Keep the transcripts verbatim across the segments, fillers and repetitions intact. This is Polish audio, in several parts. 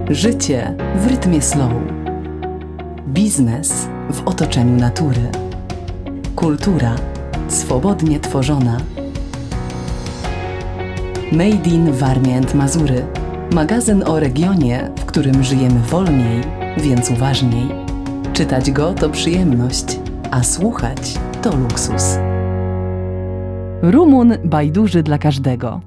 Życie w rytmie slow. Biznes w otoczeniu natury. Kultura swobodnie tworzona. Made in Warmia and Mazury. Magazyn o regionie, w którym żyjemy wolniej, więc uważniej. Czytać go to przyjemność, a słuchać to luksus. Rumun bajduży dla każdego.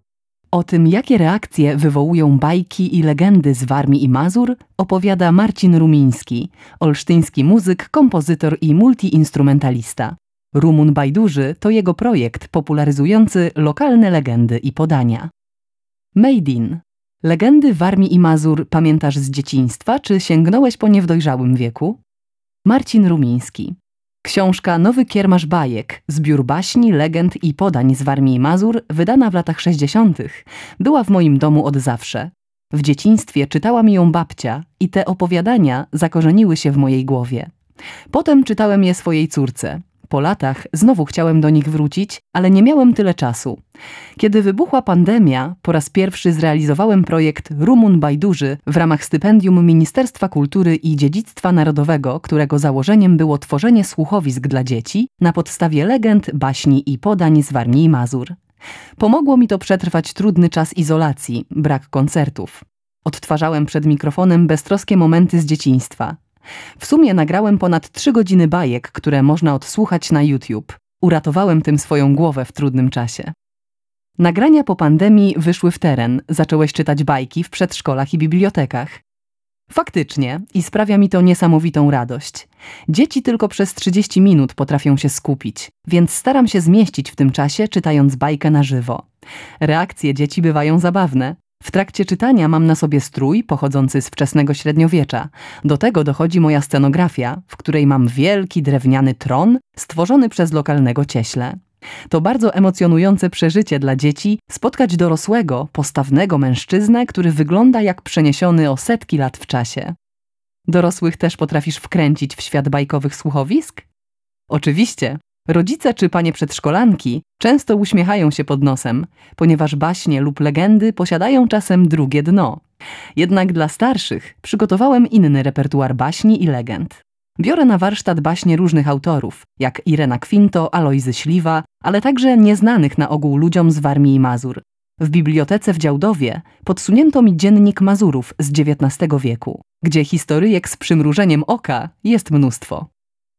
O tym, jakie reakcje wywołują bajki i legendy z Warmii i Mazur, opowiada Marcin Rumiński, olsztyński muzyk, kompozytor i multiinstrumentalista. Rumun bajduży to jego projekt popularyzujący lokalne legendy i podania. Made in. Legendy Warmii i Mazur pamiętasz z dzieciństwa, czy sięgnąłeś po nie w dojrzałym wieku? Marcin Rumiński. Książka Nowy Kiermasz Bajek, zbiór baśni, legend i podań z Warmii i Mazur, wydana w latach sześćdziesiątych, była w moim domu od zawsze. W dzieciństwie czytała mi ją babcia i te opowiadania zakorzeniły się w mojej głowie. Potem czytałem je swojej córce. Po latach znowu chciałem do nich wrócić, ale nie miałem tyle czasu. Kiedy wybuchła pandemia, po raz pierwszy zrealizowałem projekt Rumun bajduży w ramach stypendium Ministerstwa Kultury i Dziedzictwa Narodowego, którego założeniem było tworzenie słuchowisk dla dzieci na podstawie legend, baśni i podań z Warmii i Mazur. Pomogło mi to przetrwać trudny czas izolacji, brak koncertów. Odtwarzałem przed mikrofonem beztroskie momenty z dzieciństwa. W sumie nagrałem ponad trzy godziny bajek, które można odsłuchać na YouTube. Uratowałem tym swoją głowę w trudnym czasie. Nagrania po pandemii wyszły w teren. Zacząłeś czytać bajki w przedszkolach i bibliotekach. Faktycznie, i sprawia mi to niesamowitą radość. Dzieci tylko przez trzydzieści minut potrafią się skupić, więc staram się zmieścić w tym czasie, czytając bajkę na żywo. Reakcje dzieci bywają zabawne. W trakcie czytania mam na sobie strój pochodzący z wczesnego średniowiecza. Do tego dochodzi moja scenografia, w której mam wielki drewniany tron stworzony przez lokalnego cieśle. To bardzo emocjonujące przeżycie dla dzieci spotkać dorosłego, postawnego mężczyznę, który wygląda jak przeniesiony o setki lat w czasie. Dorosłych też potrafisz wkręcić w świat bajkowych słuchowisk? Oczywiście. Rodzice czy panie przedszkolanki często uśmiechają się pod nosem, ponieważ baśnie lub legendy posiadają czasem drugie dno. Jednak dla starszych przygotowałem inny repertuar baśni i legend. Biorę na warsztat baśnie różnych autorów, jak Irena Kwinto, Alojzy Śliwa, ale także nieznanych na ogół ludziom z Warmii i Mazur. W bibliotece w Działdowie podsunięto mi dziennik Mazurów z dziewiętnastego wieku, gdzie historyjek z przymrużeniem oka jest mnóstwo.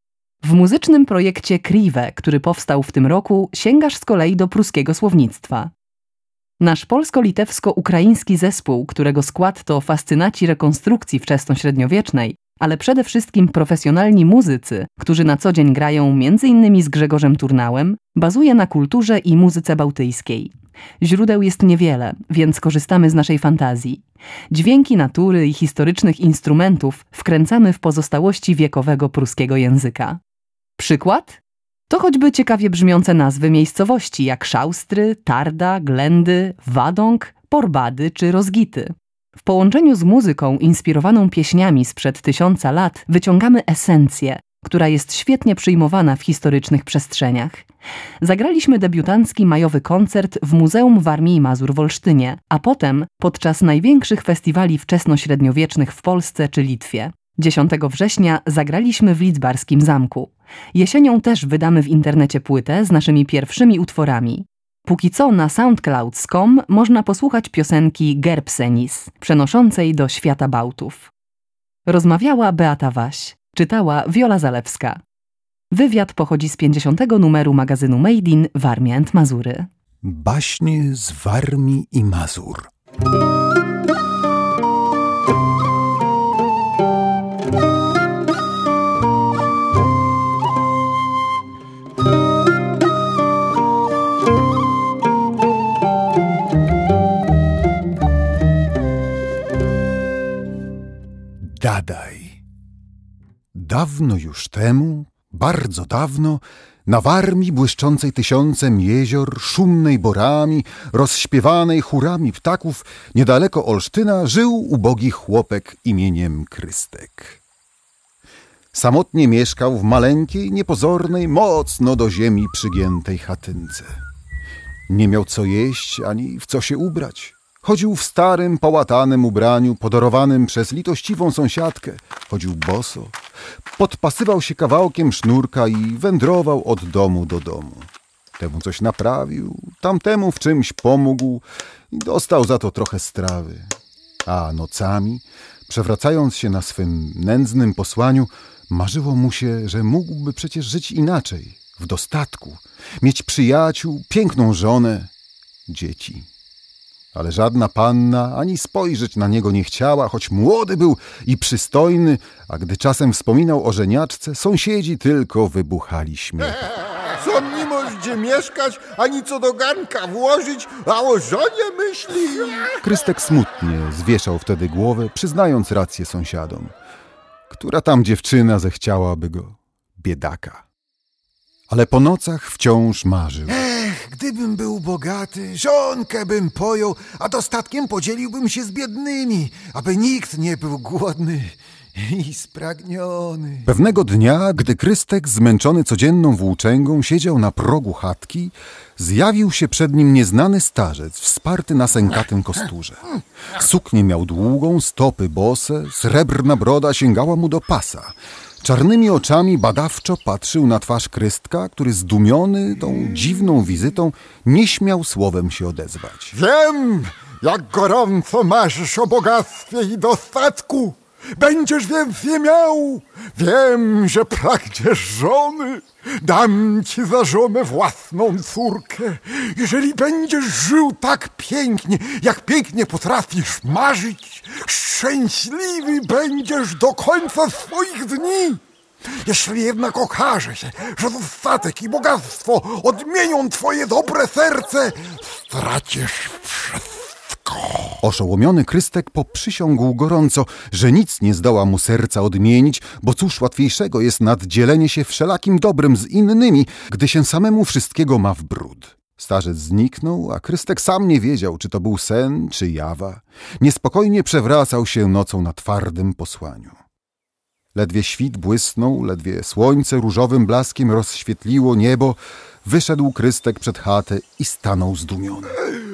W muzycznym projekcie Kriwe, który powstał w tym roku, sięgasz z kolei do pruskiego słownictwa. Nasz polsko-litewsko-ukraiński zespół, którego skład to fascynaci rekonstrukcji wczesnośredniowiecznej, ale przede wszystkim profesjonalni muzycy, którzy na co dzień grają między innymi z Grzegorzem Turnałem, bazuje na kulturze i muzyce bałtyjskiej. Źródeł jest niewiele, więc korzystamy z naszej fantazji. Dźwięki natury i historycznych instrumentów wkręcamy w pozostałości wiekowego pruskiego języka. Przykład? To choćby ciekawie brzmiące nazwy miejscowości jak Szaustry, Tarda, Glendy, Wadąg, Porbady czy Rozgity. W połączeniu z muzyką inspirowaną pieśniami sprzed tysiąca lat wyciągamy esencję, która jest świetnie przyjmowana w historycznych przestrzeniach. Zagraliśmy debiutancki majowy koncert w Muzeum Warmii i Mazur w Olsztynie, a potem podczas największych festiwali wczesnośredniowiecznych w Polsce czy Litwie. dziesiątego września zagraliśmy w Lidzbarskim Zamku. Jesienią też wydamy w internecie płytę z naszymi pierwszymi utworami. Póki co na soundcloud kropka com można posłuchać piosenki Gerbsenis, przenoszącej do świata Bałtów. Rozmawiała Beata Waś, czytała Wiola Zalewska. Wywiad pochodzi z pięćdziesiątego numeru magazynu Made in Warmia and Mazury. Baśnie z Warmii i Mazur. Dadaj. Dawno już temu, bardzo dawno, na Warmii błyszczącej tysiącem jezior, szumnej borami, rozśpiewanej chórami ptaków, niedaleko Olsztyna żył ubogi chłopek imieniem Krystek. Samotnie mieszkał w maleńkiej, niepozornej, mocno do ziemi przygiętej chatynce. Nie miał co jeść ani w co się ubrać. Chodził w starym, połatanym ubraniu, podarowanym przez litościwą sąsiadkę. Chodził boso, podpasywał się kawałkiem sznurka i wędrował od domu do domu. Temu coś naprawił, tamtemu w czymś pomógł i dostał za to trochę strawy. A nocami, przewracając się na swym nędznym posłaniu, marzyło mu się, że mógłby przecież żyć inaczej, w dostatku, mieć przyjaciół, piękną żonę, dzieci. Ale żadna panna ani spojrzeć na niego nie chciała, choć młody był i przystojny, a gdy czasem wspominał o żeniaczce, sąsiedzi tylko wybuchali śmiechem. Co nie możesz gdzie mieszkać, ani co do garnka włożyć, a o żonie myśli. Krystek smutnie zwieszał wtedy głowę, przyznając rację sąsiadom. Która tam dziewczyna zechciałaby go, biedaka. Ale po nocach wciąż marzył. Ech, gdybym był bogaty, żonkę bym pojął, a dostatkiem podzieliłbym się z biednymi, aby nikt nie był głodny i spragniony. Pewnego dnia, gdy Krystek, zmęczony codzienną włóczęgą, siedział na progu chatki, zjawił się przed nim nieznany starzec, wsparty na sękatym kosturze. Suknię miał długą, stopy bose, srebrna broda sięgała mu do pasa. Czarnymi oczami badawczo patrzył na twarz Krystka, który zdumiony tą dziwną wizytą nie śmiał słowem się odezwać. Wiem, jak gorąco marzysz o bogactwie i dostatku. Będziesz więc je miał. Wiem, że pragniesz żony. Dam ci za żonę własną córkę. Jeżeli będziesz żył tak pięknie, jak pięknie potrafisz marzyć, szczęśliwy będziesz do końca swoich dni. Jeśli jednak okaże się, że dostatek i bogactwo odmienią twoje dobre serce, stracisz wszystko. Oszołomiony Krystek poprzysiągł gorąco, że nic nie zdoła mu serca odmienić, bo cóż łatwiejszego jest nad dzielenie się wszelakim dobrem z innymi, gdy się samemu wszystkiego ma w bród. Starzec zniknął, a Krystek sam nie wiedział, czy to był sen, czy jawa. Niespokojnie przewracał się nocą na twardym posłaniu. Ledwie świt błysnął, ledwie słońce różowym blaskiem rozświetliło niebo, wyszedł Krystek przed chatę i stanął zdumiony.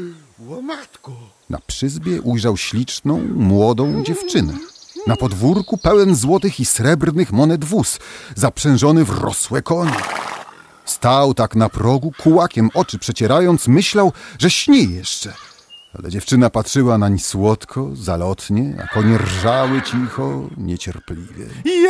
O matko! Na przyzbie ujrzał śliczną, młodą dziewczynę. Na podwórku pełen złotych i srebrnych monet wóz, zaprzężony w rosłe konie. Stał tak na progu, kułakiem oczy przecierając, myślał, że śni jeszcze. Ale dziewczyna patrzyła nań słodko, zalotnie, a konie rżały cicho, niecierpliwie.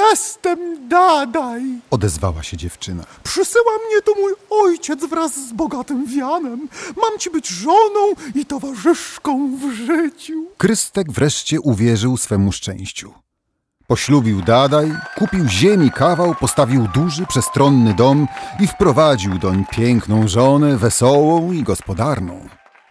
Jestem Dadaj! Odezwała się dziewczyna. Przysyła mnie tu mój ojciec wraz z bogatym wianem. Mam ci być żoną i towarzyszką w życiu. Krystek wreszcie uwierzył swemu szczęściu. Poślubił Dadaj, kupił ziemi kawał, postawił duży, przestronny dom i wprowadził doń piękną żonę, wesołą i gospodarną.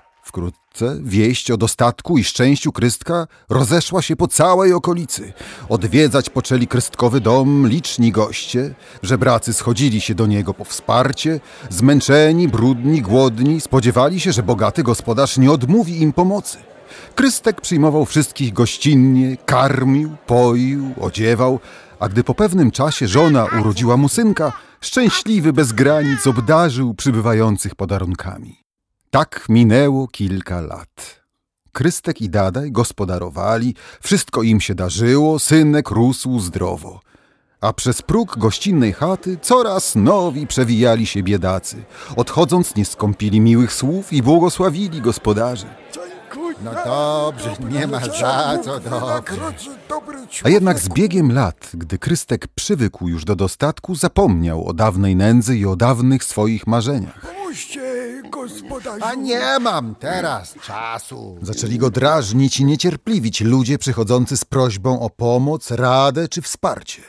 Wkrótce wieść o dostatku i szczęściu Krystka rozeszła się po całej okolicy. Odwiedzać poczęli Krystkowy dom liczni goście. Żebracy schodzili się do niego po wsparcie. Zmęczeni, brudni, głodni spodziewali się, że bogaty gospodarz nie odmówi im pomocy. Krystek przyjmował wszystkich gościnnie, karmił, poił, odziewał, a gdy po pewnym czasie żona urodziła mu synka, szczęśliwy bez granic obdarzył przybywających podarunkami. Tak minęło kilka lat. Krystek i Dadaj gospodarowali, wszystko im się darzyło, synek rósł zdrowo. A przez próg gościnnej chaty coraz nowi przewijali się biedacy. Odchodząc nie skąpili miłych słów i błogosławili gospodarzy. No dobrze, nie ma za co, dobrze. A jednak z biegiem lat, gdy Krystek przywykł już do dostatku, zapomniał o dawnej nędzy i o dawnych swoich marzeniach. Puśćcie, gospodarzu. A nie mam teraz czasu. Zaczęli go drażnić i niecierpliwić ludzie przychodzący z prośbą o pomoc, radę czy wsparcie.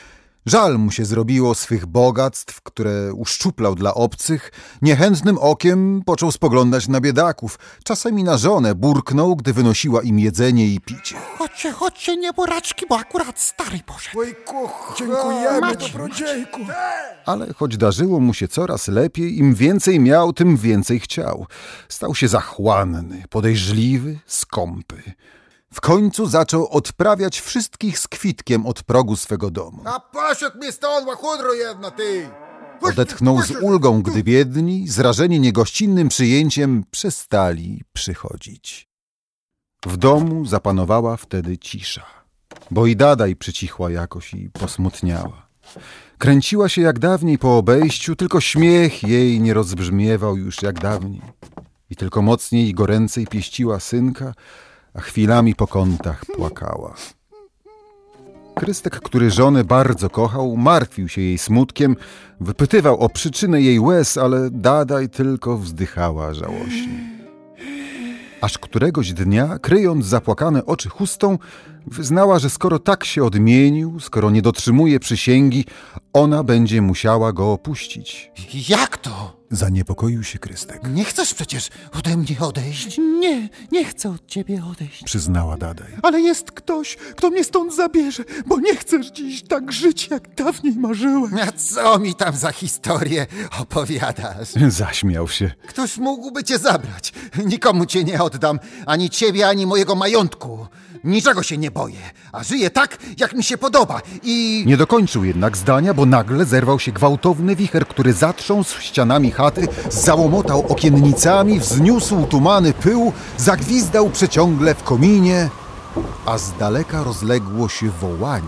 Żal mu się zrobiło swych bogactw, które uszczuplał dla obcych. Niechętnym okiem począł spoglądać na biedaków. Czasem i na żonę burknął, gdy wynosiła im jedzenie i picie. Chodźcie, chodźcie, nie buraczki, bo akurat stary poszedł. Oj, kochany, dziękujemy, dobrodziejku. Ale choć darzyło mu się coraz lepiej, im więcej miał, tym więcej chciał. Stał się zachłanny, podejrzliwy, skąpy. W końcu zaczął odprawiać wszystkich z kwitkiem od progu swego domu. A poszedł mi stąd, łachudro jedna, ty! Odetchnął z ulgą, gdy biedni, zrażeni niegościnnym przyjęciem, przestali przychodzić. W domu zapanowała wtedy cisza, bo i Dadaj przycichła jakoś i posmutniała. Kręciła się jak dawniej po obejściu, tylko śmiech jej nie rozbrzmiewał już jak dawniej. I tylko mocniej i goręcej pieściła synka, a chwilami po kątach płakała. Krystek, który żonę bardzo kochał, martwił się jej smutkiem, wypytywał o przyczynę jej łez, ale Dadaj tylko wzdychała żałośnie. Aż któregoś dnia, kryjąc zapłakane oczy chustą, wyznała, że skoro tak się odmienił, skoro nie dotrzymuje przysięgi, ona będzie musiała go opuścić. Jak to? Zaniepokoił się Krystek. Nie chcesz przecież ode mnie odejść? Nie, nie chcę od ciebie odejść. Przyznała Dadaj. Ale jest ktoś, kto mnie stąd zabierze, bo nie chcesz dziś tak żyć, jak dawniej marzyłem. A co mi tam za historię opowiadasz? Zaśmiał się. Ktoś mógłby cię zabrać. Nikomu cię nie oddam. Ani ciebie, ani mojego majątku. Niczego się nie boję, a żyję tak, jak mi się podoba i... Nie dokończył jednak zdania, bo nagle zerwał się gwałtowny wicher, który zatrząsł ścianami chaty, załomotał okiennicami, wzniósł tumany pył, zagwizdał przeciągle w kominie, a z daleka rozległo się wołanie.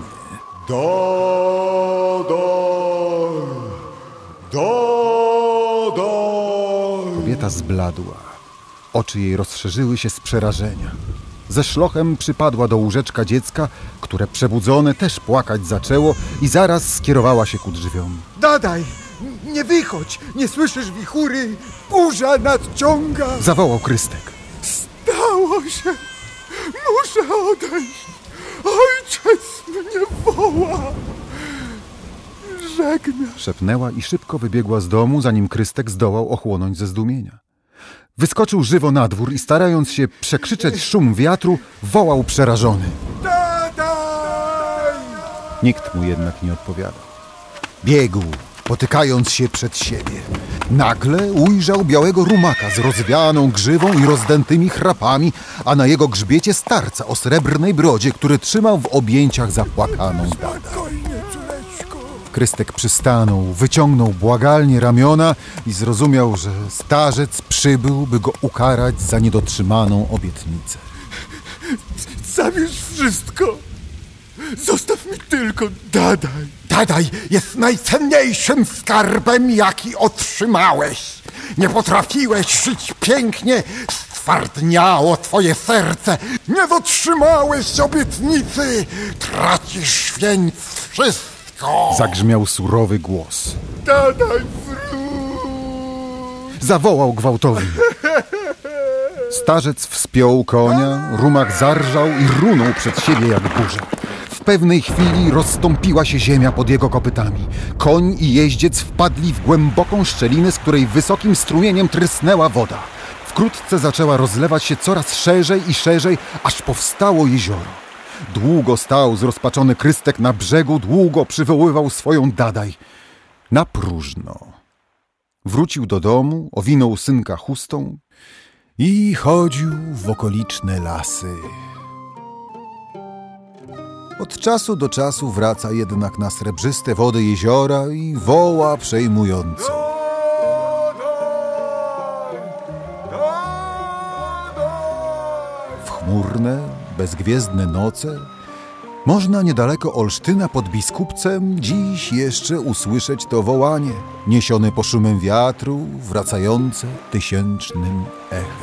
Dadaj! Dadaj! Kobieta zbladła. Oczy jej rozszerzyły się z przerażenia. Ze szlochem przypadła do łóżeczka dziecka, które przebudzone też płakać zaczęło i zaraz skierowała się ku drzwiom. Dadaj! Nie wychodź! Nie słyszysz wichury? Burza nadciąga! Zawołał Krystek. Stało się! Muszę odejść! Ojciec mnie woła! Żegna! Szepnęła i szybko wybiegła z domu, zanim Krystek zdołał ochłonąć ze zdumienia. Wyskoczył żywo na dwór i starając się przekrzyczeć szum wiatru, wołał przerażony. Dadaj! Nikt mu jednak nie odpowiadał. Biegł, potykając się przed siebie. Nagle ujrzał białego rumaka z rozwianą grzywą i rozdętymi chrapami, a na jego grzbiecie starca o srebrnej brodzie, który trzymał w objęciach zapłakaną Dadaj. Krystek przystanął, wyciągnął błagalnie ramiona i zrozumiał, że starzec przybył, by go ukarać za niedotrzymaną obietnicę. Zabierz wszystko! Zostaw mi tylko Dadaj! Dadaj jest najcenniejszym skarbem, jaki otrzymałeś. Nie potrafiłeś żyć pięknie, stwardniało twoje serce. Nie dotrzymałeś obietnicy, tracisz więc wszystko. Zagrzmiał surowy głos. Dadaj, wróć! Zawołał gwałtownie. Starzec wspiął konia, rumak zarżał i runął przed siebie jak burza. W pewnej chwili rozstąpiła się ziemia pod jego kopytami. Koń i jeździec wpadli w głęboką szczelinę, z której wysokim strumieniem trysnęła woda. Wkrótce zaczęła rozlewać się coraz szerzej i szerzej, aż powstało jezioro. Długo stał zrozpaczony Krystek na brzegu, długo przywoływał swoją Dadaj. Na próżno. Wrócił do domu, owinął synka chustą i chodził w okoliczne lasy. Od czasu do czasu wraca jednak na srebrzyste wody jeziora i woła przejmująco. W chmurne, bezgwiezdne noce można niedaleko Olsztyna pod Biskupcem dziś jeszcze usłyszeć to wołanie, niesione poszumem wiatru, wracające tysięcznym echem.